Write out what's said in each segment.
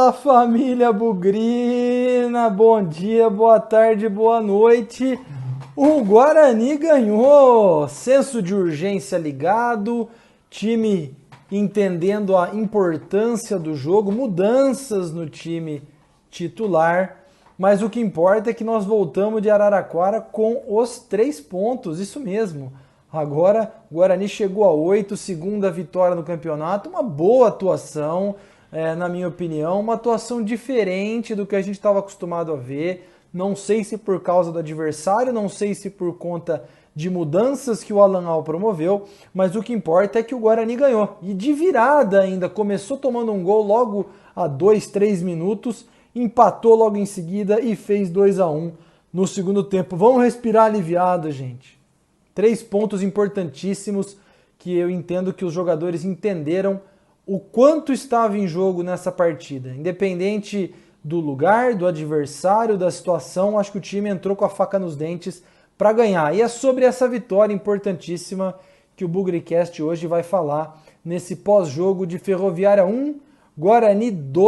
Fala, família bugrina, bom dia, boa tarde, boa noite. O Guarani ganhou, senso de urgência ligado, time entendendo a importância do jogo, mudanças no time titular, mas o que importa é que nós voltamos de Araraquara com os 3 pontos, isso mesmo. Agora o Guarani chegou a 8, segunda vitória no campeonato, uma boa atuação, na minha opinião, uma atuação diferente do que a gente estava acostumado a ver. Não sei se por causa do adversário, não sei se por conta de mudanças que o Alan Al promoveu, mas o que importa é que o Guarani ganhou. E de virada ainda, começou tomando um gol logo a 2, 3 minutos, empatou logo em seguida e fez 2-1 no segundo tempo. Vamos respirar aliviado, gente. 3 pontos importantíssimos que eu entendo que os jogadores entenderam o quanto estava em jogo nessa partida. Independente do lugar, do adversário, da situação, acho que o time entrou com a faca nos dentes para ganhar. E é sobre essa vitória importantíssima que o Bugricast hoje vai falar nesse pós-jogo de Ferroviária 1, Guarani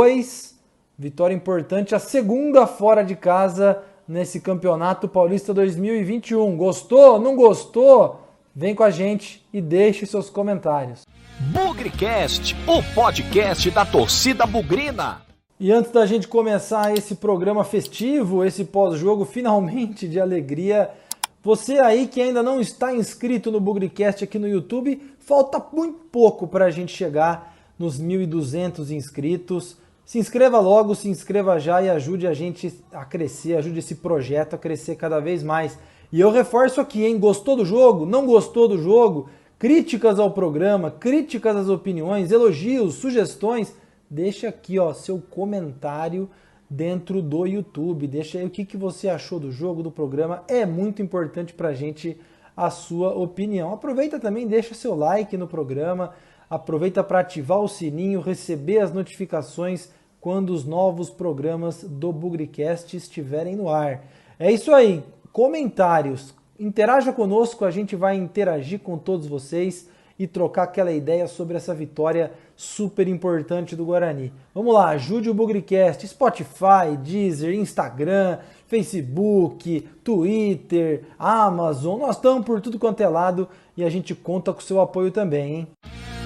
2. Vitória importante, a segunda fora de casa nesse Campeonato Paulista 2021. Gostou? Não gostou? Vem com a gente e deixe seus comentários. Bugricast, o podcast da torcida bugrina. E antes da gente começar esse programa festivo, esse pós-jogo finalmente de alegria, você aí que ainda não está inscrito no Bugricast aqui no YouTube, falta muito pouco para a gente chegar nos 1.200 inscritos. Se inscreva logo, se inscreva já e ajude a gente a crescer, ajude esse projeto a crescer cada vez mais. E eu reforço aqui, hein? Gostou do jogo? Não gostou do jogo? Críticas ao programa, críticas às opiniões, elogios, sugestões, deixa aqui seu comentário dentro do YouTube. Deixa aí o que você achou do jogo, do programa. É muito importante pra gente a sua opinião. Aproveita também, deixa seu like no programa. Aproveita para ativar o sininho, receber as notificações quando os novos programas do Bugricast estiverem no ar. É isso aí, comentários, interaja conosco, a gente vai interagir com todos vocês e trocar aquela ideia sobre essa vitória super importante do Guarani. Vamos lá, ajude o Bugricast, Spotify, Deezer, Instagram, Facebook, Twitter, Amazon, nós estamos por tudo quanto é lado e a gente conta com o seu apoio também, hein?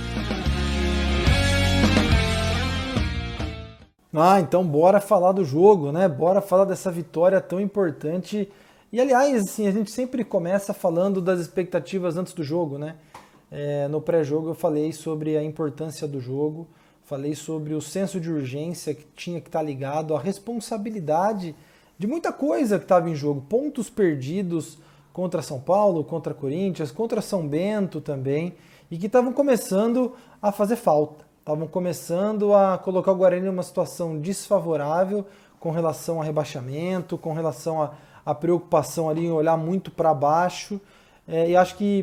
Então bora falar do jogo, né? Bora falar dessa vitória tão importante. E aliás, assim, a gente sempre começa falando das expectativas antes do jogo, né? No pré-jogo eu falei sobre a importância do jogo, falei sobre o senso de urgência que tinha que estar ligado, a responsabilidade de muita coisa que estava em jogo. Pontos perdidos contra São Paulo, contra Corinthians, contra São Bento também, e que estavam começando a fazer falta. Estavam começando a colocar o Guarani numa situação desfavorável com relação a rebaixamento, com relação a preocupação ali em olhar muito para baixo. E acho que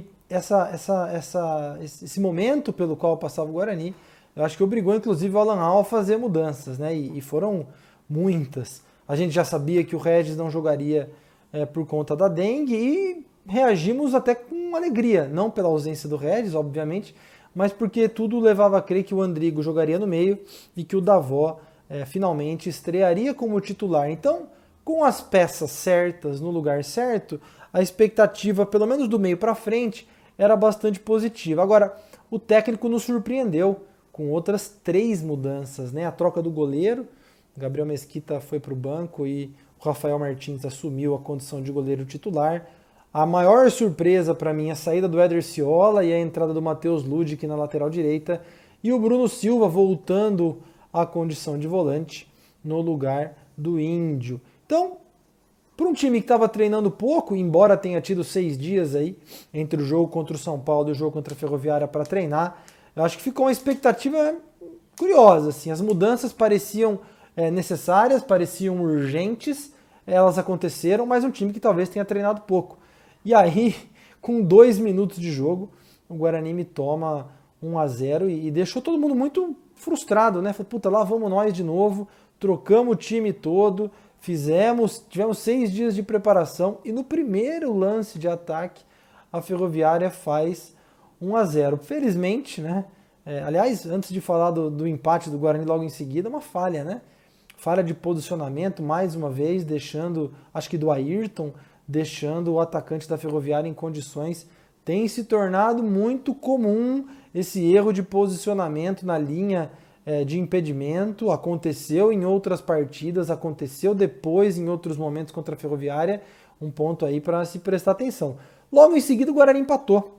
esse momento pelo qual passava o Guarani, eu acho que obrigou inclusive o Alan Al a fazer mudanças, né? E foram muitas. A gente já sabia que o Regis não jogaria por conta da dengue e reagimos até com alegria, não pela ausência do Regis, obviamente, mas porque tudo levava a crer que o Andrigo jogaria no meio e que o Davó finalmente estrearia como titular. Então, com as peças certas no lugar certo, a expectativa, pelo menos do meio para frente, era bastante positiva. Agora, o técnico nos surpreendeu com outras 3 mudanças, né? A troca do goleiro, Gabriel Mesquita foi para o banco e o Rafael Martins assumiu a condição de goleiro titular. A maior surpresa para mim é a saída do Éder Ciola e a entrada do Matheus Ludic na lateral direita e o Bruno Silva voltando à condição de volante no lugar do Índio. Então, para um time que estava treinando pouco, embora tenha tido 6 dias aí entre o jogo contra o São Paulo e o jogo contra a Ferroviária para treinar, eu acho que ficou uma expectativa curiosa. Assim. As mudanças pareciam necessárias, pareciam urgentes, elas aconteceram, mas um time que talvez tenha treinado pouco. E aí, com 2 minutos de jogo, o Guarani me toma 1-0 e deixou todo mundo muito frustrado, né? Falei, puta, lá vamos nós de novo, trocamos o time todo, tivemos 6 dias de preparação e no primeiro lance de ataque a Ferroviária faz 1-0. Felizmente, né? Aliás, antes de falar do empate do Guarani logo em seguida, uma falha, né? falha de posicionamento mais uma vez, deixando, acho que do Ayrton, deixando o atacante da Ferroviária em condições. Tem se tornado muito comum esse erro de posicionamento na linha de impedimento. Aconteceu em outras partidas, aconteceu depois em outros momentos contra a Ferroviária. Um ponto aí para se prestar atenção. Logo em seguida o Guarani empatou.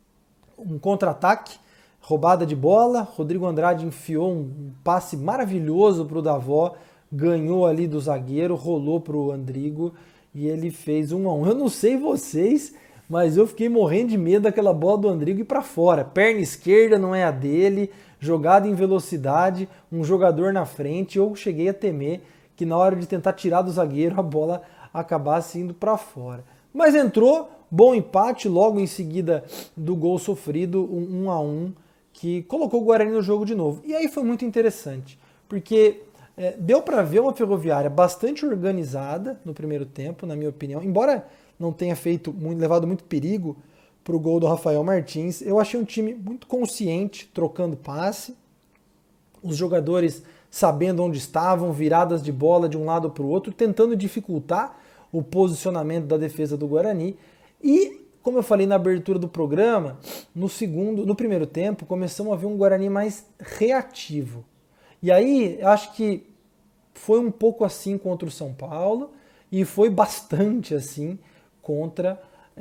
Um contra-ataque, roubada de bola, Rodrigo Andrade enfiou um passe maravilhoso para o Davó, ganhou ali do zagueiro, rolou para o Andrigo e ele fez 1-1. Eu não sei vocês, mas eu fiquei morrendo de medo daquela bola do Andrigo ir para fora. Perna esquerda não é a dele, jogada em velocidade, um jogador na frente. Eu cheguei a temer que na hora de tentar tirar do zagueiro a bola acabasse indo para fora. Mas entrou, bom empate logo em seguida do gol sofrido, um 1-1, que colocou o Guarani no jogo de novo. E aí foi muito interessante, porque deu para ver uma Ferroviária bastante organizada no primeiro tempo, na minha opinião, embora não tenha levado muito perigo para o gol do Rafael Martins. Eu achei um time muito consciente, trocando passe, os jogadores sabendo onde estavam, viradas de bola de um lado para o outro, tentando dificultar o posicionamento da defesa do Guarani. E, como eu falei na abertura do programa, no primeiro tempo, começamos a ver um Guarani mais reativo. E aí, acho que foi um pouco assim contra o São Paulo e foi bastante assim contra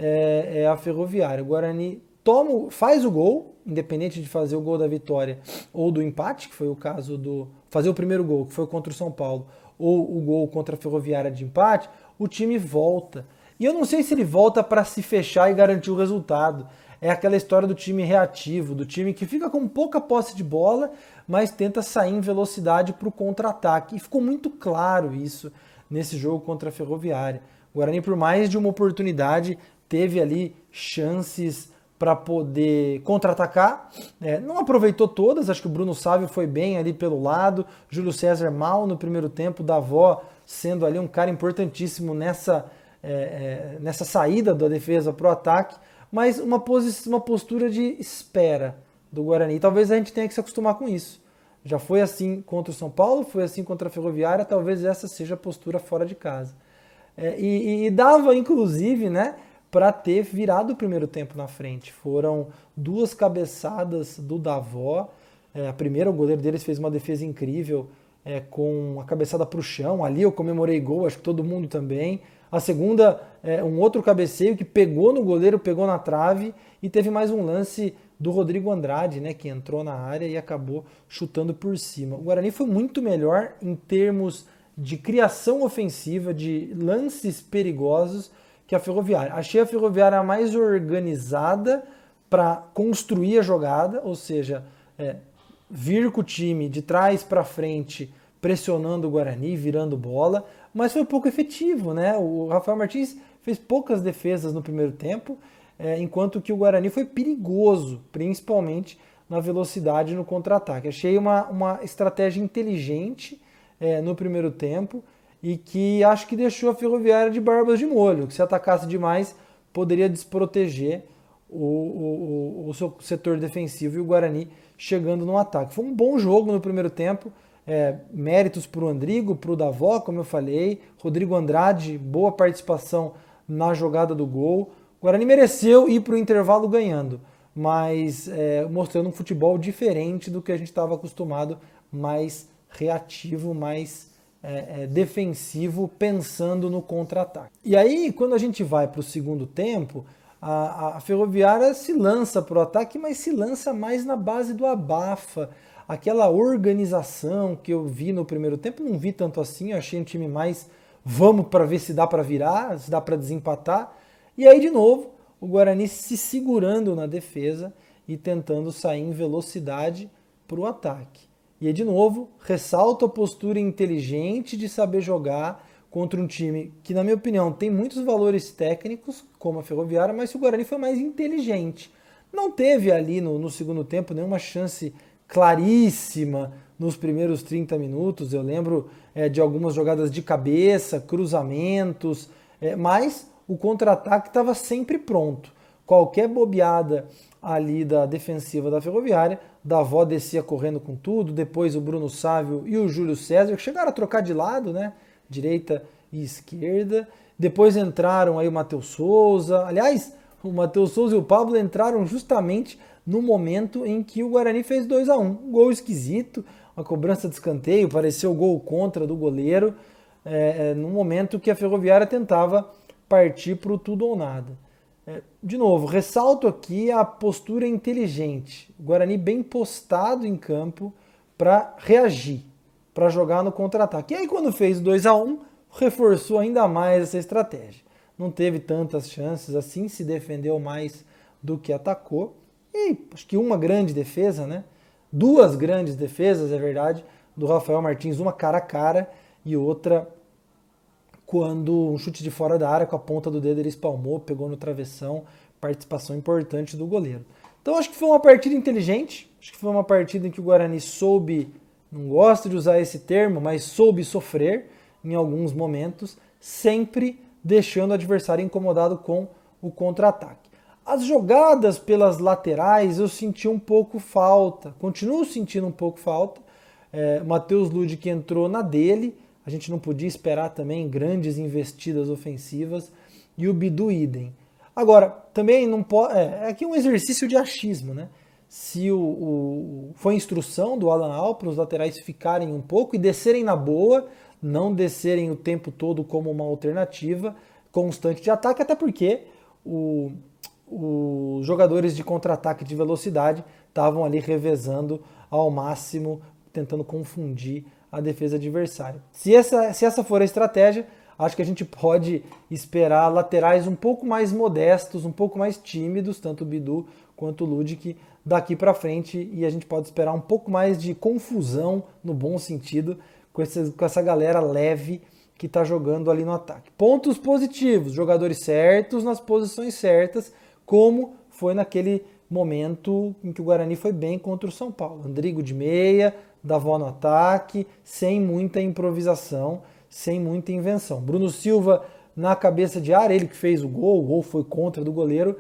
a Ferroviária. O Guarani faz o gol, independente de fazer o gol da vitória ou do empate, que foi o caso fazer o primeiro gol, que foi contra o São Paulo, ou o gol contra a Ferroviária de empate, o time volta. E eu não sei se ele volta para se fechar e garantir o resultado. É aquela história do time reativo, do time que fica com pouca posse de bola, mas tenta sair em velocidade para o contra-ataque. E ficou muito claro isso nesse jogo contra a Ferroviária. O Guarani, por mais de uma oportunidade, teve ali chances para poder contra-atacar. Não aproveitou todas, acho que o Bruno Sávio foi bem ali pelo lado, Júlio César mal no primeiro tempo, Davó sendo ali um cara importantíssimo nessa saída da defesa para o ataque, mas uma postura de espera do Guarani. Talvez a gente tenha que se acostumar com isso. Já foi assim contra o São Paulo, foi assim contra a Ferroviária, talvez essa seja a postura fora de casa. E dava, inclusive, né, para ter virado o primeiro tempo na frente. Foram 2 cabeçadas do Davó. A primeira, o goleiro deles fez uma defesa incrível, com a cabeçada para o chão. Ali eu comemorei gol, acho que todo mundo também. A segunda, um outro cabeceio que pegou no goleiro, pegou na trave. E teve mais um lance do Rodrigo Andrade, né, que entrou na área e acabou chutando por cima. O Guarani foi muito melhor em termos de criação ofensiva, de lances perigosos, que a Ferroviária. Achei a Ferroviária mais organizada para construir a jogada, ou seja, vir com o time de trás para frente, pressionando o Guarani, virando bola, mas foi pouco efetivo, né? O Rafael Martins fez poucas defesas no primeiro tempo, enquanto que o Guarani foi perigoso, principalmente na velocidade no contra-ataque. Achei uma estratégia inteligente no primeiro tempo, e que acho que deixou a Ferroviária de barbas de molho, que se atacasse demais poderia desproteger o seu setor defensivo e o Guarani chegando no ataque. Foi um bom jogo no primeiro tempo, méritos para o Andrigo, para o Davó, como eu falei, Rodrigo Andrade, boa participação na jogada do gol. O Guarani mereceu ir para o intervalo ganhando, mas mostrando um futebol diferente do que a gente estava acostumado, mais reativo, mais defensivo, pensando no contra-ataque. E aí, quando a gente vai para o segundo tempo, a Ferroviária se lança para o ataque, mas se lança mais na base do abafa. Aquela organização que eu vi no primeiro tempo, não vi tanto assim, eu achei um time mais vamos para ver se dá para virar, se dá para desempatar. E aí, de novo, o Guarani se segurando na defesa e tentando sair em velocidade para o ataque. E aí, de novo, ressalto a postura inteligente de saber jogar contra um time que, na minha opinião, tem muitos valores técnicos, como a Ferroviária, mas o Guarani foi mais inteligente. Não teve ali no segundo tempo nenhuma chance claríssima nos primeiros 30 minutos. Eu lembro de algumas jogadas de cabeça, cruzamentos, mas o contra-ataque estava sempre pronto. Qualquer bobeada ali da defensiva da Ferroviária, Davó descia correndo com tudo, depois o Bruno Sávio e o Júlio César, que chegaram a trocar de lado, né? Direita e esquerda. Depois entraram aí o Matheus Souza. Aliás, o Matheus Souza e o Pablo entraram justamente no momento em que o Guarani fez 2-1. Um gol esquisito, uma cobrança de escanteio, pareceu gol contra do goleiro, no momento que a Ferroviária tentava partir para o tudo ou nada. De novo, ressalto aqui a postura inteligente. O Guarani bem postado em campo para reagir, para jogar no contra-ataque. E aí quando fez 2-1, reforçou ainda mais essa estratégia. Não teve tantas chances assim, se defendeu mais do que atacou. E acho que uma grande defesa, né? Duas grandes defesas, é verdade, do Rafael Martins, uma cara a cara e outra quando um chute de fora da área com a ponta do dedo ele espalmou, pegou no travessão, participação importante do goleiro. Então acho que foi uma partida inteligente, acho que foi uma partida em que o Guarani soube, não gosto de usar esse termo, mas soube sofrer em alguns momentos, sempre deixando o adversário incomodado com o contra-ataque. As jogadas pelas laterais eu senti um pouco falta, continuo sentindo um pouco falta. O Matheus Lud que entrou na dele, a gente não podia esperar também grandes investidas ofensivas, e o Bidu idem. Agora, também não pode. É aqui um exercício de achismo, né? Se foi instrução do Alan Al para os laterais ficarem um pouco e descerem na boa, não descerem o tempo todo como uma alternativa constante de ataque, até porque os jogadores de contra-ataque de velocidade estavam ali revezando ao máximo, tentando confundir a defesa adversária. Se essa for a estratégia, acho que a gente pode esperar laterais um pouco mais modestos, um pouco mais tímidos, tanto o Bidu quanto o Ludic, daqui para frente, e a gente pode esperar um pouco mais de confusão, no bom sentido, com essa galera leve que está jogando ali no ataque. Pontos positivos, jogadores certos nas posições certas, como foi naquele momento em que o Guarani foi bem contra o São Paulo. Andrigo de meia, Davó no ataque, sem muita improvisação, sem muita invenção. Bruno Silva na cabeça de área, ele que fez o gol foi contra do goleiro.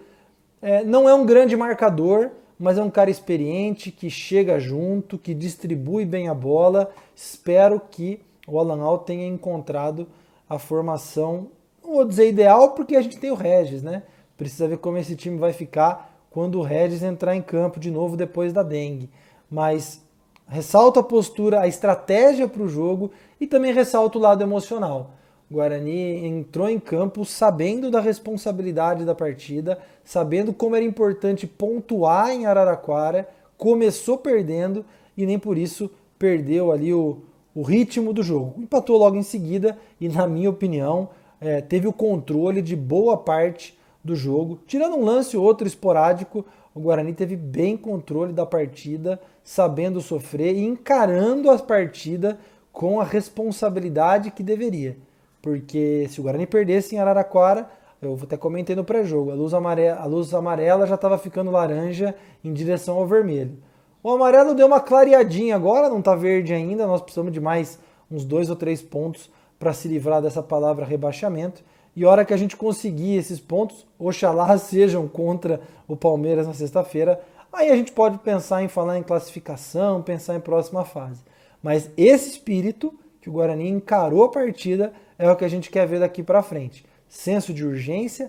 Não é um grande marcador, mas é um cara experiente, que chega junto, que distribui bem a bola. Espero que o Alan Al tenha encontrado a formação, não vou dizer ideal, porque a gente tem o Regis, né? Precisa ver como esse time vai ficar quando o Regis entrar em campo de novo depois da dengue. Mas ressalto a postura, a estratégia para o jogo e também ressalto o lado emocional. O Guarani entrou em campo sabendo da responsabilidade da partida, sabendo como era importante pontuar em Araraquara, começou perdendo e nem por isso perdeu ali o ritmo do jogo. Empatou logo em seguida e, na minha opinião, teve o controle de boa parte do jogo. Tirando um lance ou outro esporádico, o Guarani teve bem controle da partida, sabendo sofrer e encarando a partida com a responsabilidade que deveria. Porque se o Guarani perdesse em Araraquara, eu até comentei no pré-jogo, a luz amarela já estava ficando laranja em direção ao vermelho. O amarelo deu uma clareadinha agora, não está verde ainda, nós precisamos de mais uns 2 ou 3 pontos para se livrar dessa palavra rebaixamento. E a hora que a gente conseguir esses pontos, oxalá sejam contra o Palmeiras na sexta-feira, aí a gente pode pensar em falar em classificação, pensar em próxima fase. Mas esse espírito que o Guarani encarou a partida é o que a gente quer ver daqui para frente. Senso de urgência,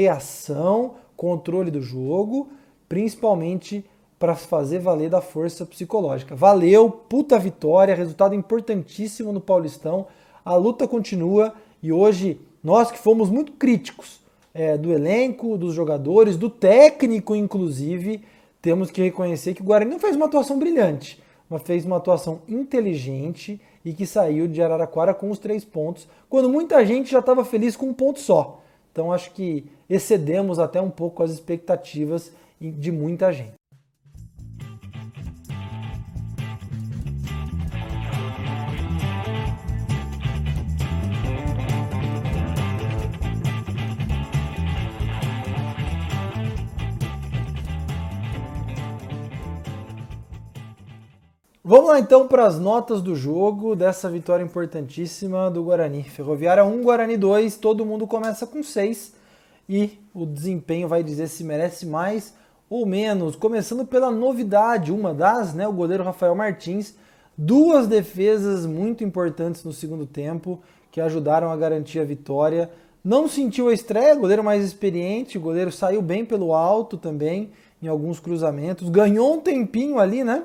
reação, controle do jogo, principalmente para fazer valer da força psicológica. Valeu, puta vitória, resultado importantíssimo no Paulistão, a luta continua e hoje nós que fomos muito críticos do elenco, dos jogadores, do técnico inclusive, temos que reconhecer que o Guarani não fez uma atuação brilhante, mas fez uma atuação inteligente e que saiu de Araraquara com os 3 pontos, quando muita gente já estava feliz com um ponto só. Então acho que excedemos até um pouco as expectativas de muita gente. Vamos lá então para as notas do jogo, dessa vitória importantíssima do Guarani. Ferroviária 1, Guarani 2, todo mundo começa com 6 e o desempenho vai dizer se merece mais ou menos, começando pela novidade, uma das, né, o goleiro Rafael Martins, 2 defesas muito importantes no segundo tempo, que ajudaram a garantir a vitória. Não sentiu a estreia, goleiro mais experiente, o goleiro saiu bem pelo alto também, em alguns cruzamentos, ganhou um tempinho ali, né,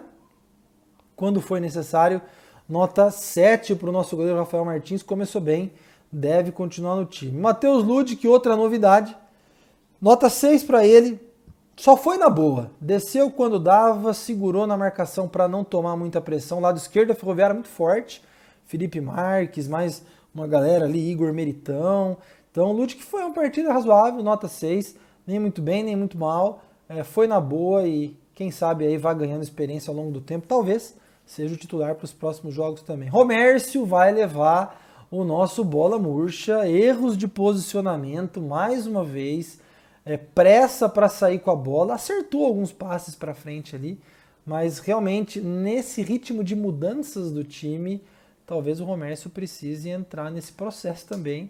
quando foi necessário. Nota 7 para o nosso goleiro Rafael Martins, começou bem, deve continuar no time. Matheus Ludic, outra novidade, nota 6 para ele, só foi na boa, desceu quando dava, segurou na marcação para não tomar muita pressão, lado esquerdo a Ferroviária muito forte, Felipe Marques, mais uma galera ali, Igor Meritão, então o Ludic foi uma partida razoável, nota 6, nem muito bem, nem muito mal, foi na boa e quem sabe aí vai ganhando experiência ao longo do tempo, talvez seja o titular para os próximos jogos também. Romércio vai levar o nosso bola murcha, erros de posicionamento, mais uma vez, pressa para sair com a bola, acertou alguns passes para frente ali, mas realmente nesse ritmo de mudanças do time, talvez o Romércio precise entrar nesse processo também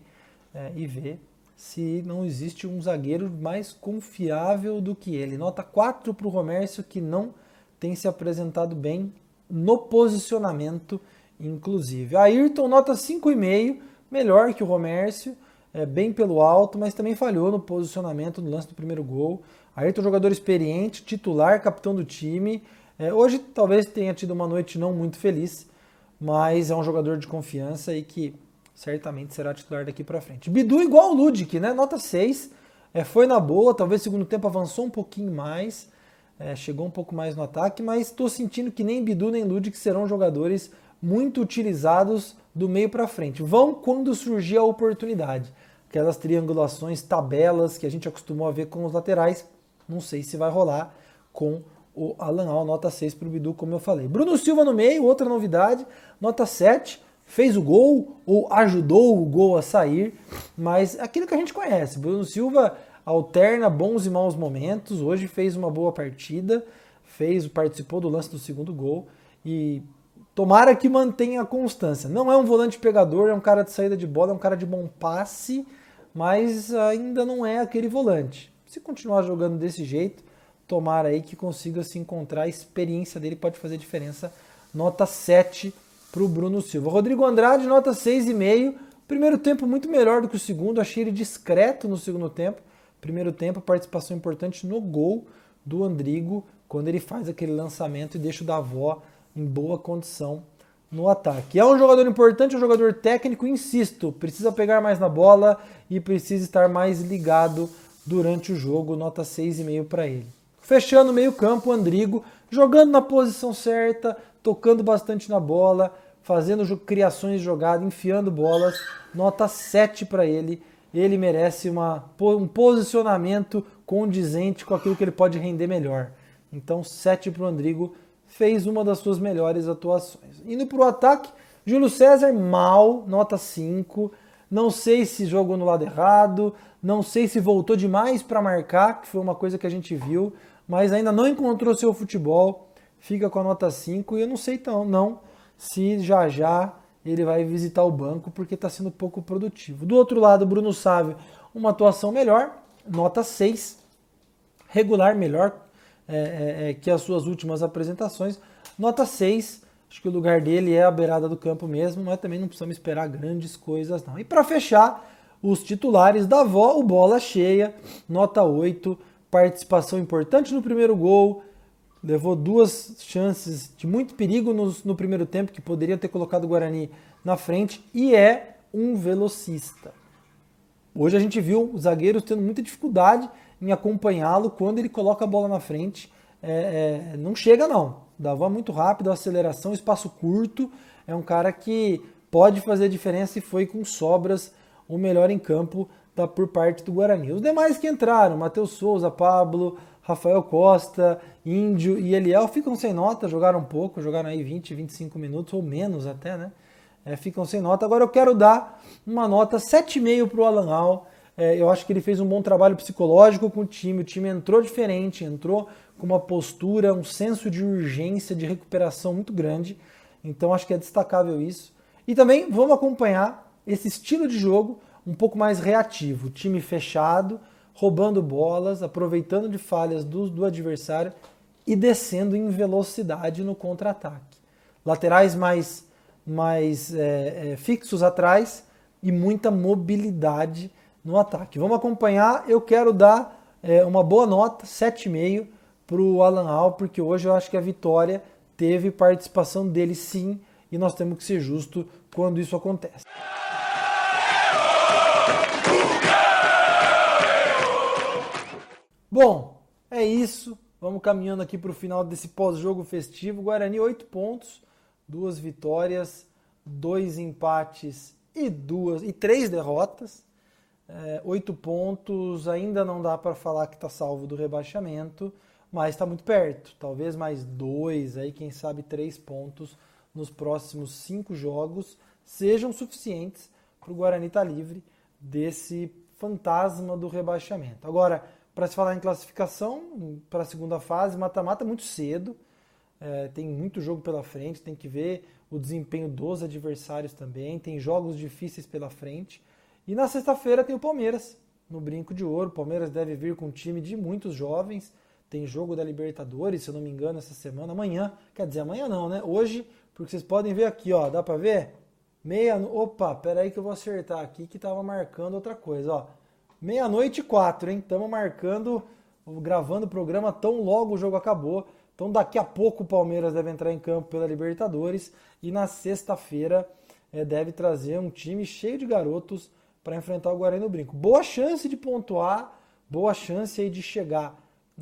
e ver se não existe um zagueiro mais confiável do que ele. Nota 4 para o Romércio, que não tem se apresentado bem no posicionamento, inclusive. Ayrton, nota 5,5, melhor que o Romércio, bem pelo alto, mas também falhou no posicionamento no lance do primeiro gol. Ayrton, jogador experiente, titular, capitão do time. Hoje talvez tenha tido uma noite não muito feliz, mas é um jogador de confiança e que certamente será titular daqui para frente. Bidu igual o Ludic, né? Nota 6, foi na boa, talvez segundo tempo avançou um pouquinho mais, chegou um pouco mais no ataque, mas estou sentindo que nem Bidu nem Ludic serão jogadores muito utilizados do meio para frente. Vão quando surgir a oportunidade. Aquelas triangulações, tabelas que a gente acostumou a ver com os laterais, não sei se vai rolar com o Alan Al, nota 6 para o Bidu, como eu falei. Bruno Silva no meio, outra novidade, nota 7, fez o gol ou ajudou o gol a sair, mas aquilo que a gente conhece, Bruno Silva alterna bons e maus momentos, hoje fez uma boa partida, participou do lance do segundo gol e tomara que mantenha a constância. Não é um volante pegador, é um cara de saída de bola, é um cara de bom passe, mas ainda não é aquele volante. Se continuar jogando desse jeito, tomara aí que consiga se encontrar, a experiência dele pode fazer diferença. Nota 7 para o Bruno Silva. Rodrigo Andrade, nota 6,5. Primeiro tempo muito melhor do que o segundo, achei ele discreto no segundo tempo. Primeiro tempo, participação importante no gol do Andrigo, quando ele faz aquele lançamento e deixa o Davó em boa condição no ataque. É um jogador importante, um jogador técnico, insisto, precisa pegar mais na bola e precisa estar mais ligado durante o jogo, nota 6,5 para ele. Fechando o meio campo, o Andrigo, jogando na posição certa, tocando bastante na bola, fazendo criações de jogada, enfiando bolas, nota 7 para ele. Ele merece um posicionamento condizente com aquilo que ele pode render melhor. Então 7 para o Andrigo, fez uma das suas melhores atuações. Indo para o ataque, Júlio César, mal, nota 5. Não sei se jogou no lado errado, não sei se voltou demais para marcar, que foi uma coisa que a gente viu, mas ainda não encontrou seu futebol, fica com a nota 5. E eu não sei não se já ele vai visitar o banco, porque está sendo pouco produtivo. Do outro lado, Bruno Sávio, uma atuação melhor, nota 6. Regular, melhor que as suas últimas apresentações, nota 6. Acho que o lugar dele é a beirada do campo mesmo, mas também não precisamos esperar grandes coisas não. E para fechar, os titulares da Avó, o bola cheia, nota 8, participação importante no primeiro gol, levou 2 chances de muito perigo no primeiro tempo, que poderiam ter colocado o Guarani na frente, e é um velocista. Hoje a gente viu os zagueiros tendo muita dificuldade em acompanhá-lo quando ele coloca a bola na frente. Não chega não. Dava muito rápido, aceleração, espaço curto. É um cara que pode fazer diferença e foi com sobras o melhor em campo por parte do Guarani. Os demais que entraram, Matheus Souza, Pablo, Rafael Costa, Índio e Eliel, ficam sem nota, jogaram pouco, jogaram aí 20, 25 minutos ou menos até, né? Ficam sem nota. Agora eu quero dar uma nota 7,5 para o Alan Al. Eu acho que ele fez um bom trabalho psicológico com o time entrou diferente, entrou com uma postura, um senso de urgência, de recuperação muito grande, então acho que é destacável isso. E também vamos acompanhar esse estilo de jogo um pouco mais reativo, time fechado, roubando bolas, aproveitando de falhas do adversário e descendo em velocidade no contra-ataque. Laterais mais fixos atrás e muita mobilidade no ataque. Vamos acompanhar, eu quero dar uma boa nota, 7,5 para o Alan Al, porque hoje eu acho que a vitória teve participação dele sim, e nós temos que ser justos quando isso acontece. Bom, é isso. Vamos caminhando aqui para o final desse pós-jogo festivo. Guarani 8 pontos, 2 vitórias, 2 empates e 3 derrotas. 8 pontos, ainda não dá para falar que está salvo do rebaixamento, mas está muito perto. Talvez mais 2, aí, quem sabe 3 pontos nos próximos 5 jogos sejam suficientes para o Guarani estar livre desse fantasma do rebaixamento. Agora, para se falar em classificação, para a segunda fase, mata-mata muito cedo, tem muito jogo pela frente, tem que ver o desempenho dos adversários também, tem jogos difíceis pela frente. E na sexta-feira tem o Palmeiras, no Brinco de Ouro. O Palmeiras deve vir com um time de muitos jovens, tem jogo da Libertadores, se eu não me engano, essa semana, amanhã, quer dizer, amanhã não, né? Hoje, porque vocês podem ver aqui, ó, dá para ver? Opa, peraí que eu vou acertar aqui que tava marcando outra coisa, ó. 00:04, hein? Estamos gravando o programa tão logo o jogo acabou. Então daqui a pouco o Palmeiras deve entrar em campo pela Libertadores e na sexta-feira deve trazer um time cheio de garotos para enfrentar o Guarani no Brinco. Boa chance de pontuar, boa chance aí de chegar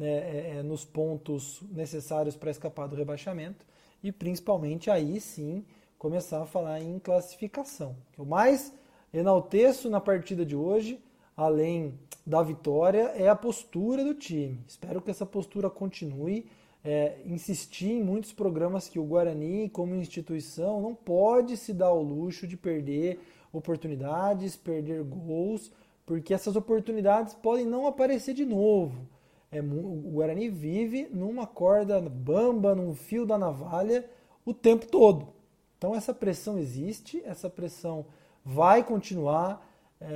nos pontos necessários para escapar do rebaixamento e principalmente aí sim começar a falar em classificação. O que eu mais enalteço na partida de hoje, além da vitória, é a postura do time. Espero que essa postura continue. Insistir em muitos programas que o Guarani, como instituição, não pode se dar ao luxo de perder oportunidades, perder gols, porque essas oportunidades podem não aparecer de novo. O Guarani vive numa corda bamba, num fio da navalha, o tempo todo. Então essa pressão existe, essa pressão vai continuar,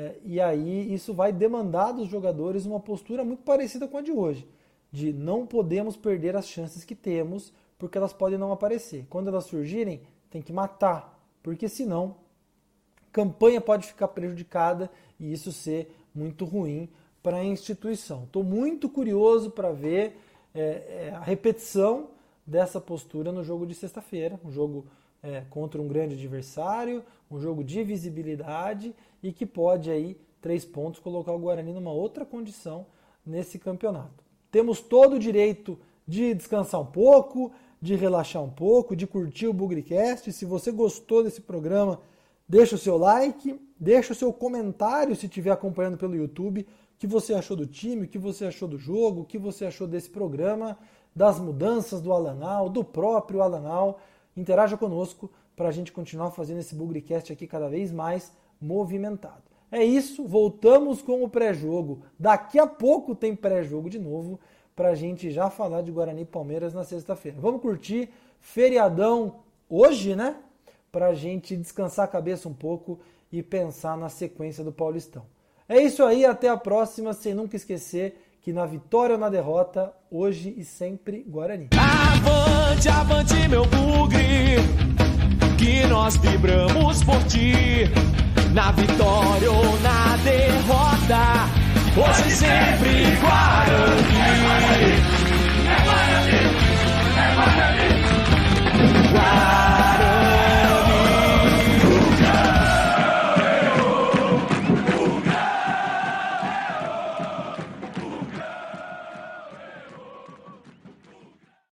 e aí isso vai demandar dos jogadores uma postura muito parecida com a de hoje, de não podemos perder as chances que temos, porque elas podem não aparecer. Quando elas surgirem, tem que matar, porque senão a campanha pode ficar prejudicada e isso ser muito ruim para a instituição. Estou muito curioso para ver a repetição dessa postura no jogo de sexta-feira, um jogo contra um grande adversário, um jogo de visibilidade e que pode aí 3 pontos colocar o Guarani numa outra condição nesse campeonato. Temos todo o direito de descansar um pouco, de relaxar um pouco, de curtir o Bugricast. Se você gostou desse programa, deixa o seu like, deixa o seu comentário se estiver acompanhando pelo YouTube, o que você achou do time, o que você achou do jogo, o que você achou desse programa, das mudanças do Alan Al, do próprio Alan Al. Interaja conosco para a gente continuar fazendo esse Bugricast aqui cada vez mais movimentado. É isso, voltamos com o pré-jogo. Daqui a pouco tem pré-jogo de novo para a gente já falar de Guarani e Palmeiras na sexta-feira. Vamos curtir feriadão hoje, né? Para a gente descansar a cabeça um pouco e pensar na sequência do Paulistão. É isso aí, até a próxima, sem nunca esquecer que na vitória ou na derrota, hoje e sempre Guarani. Avante, avante meu bugre, que nós vibramos por ti. Na vitória ou na derrota, hoje sempre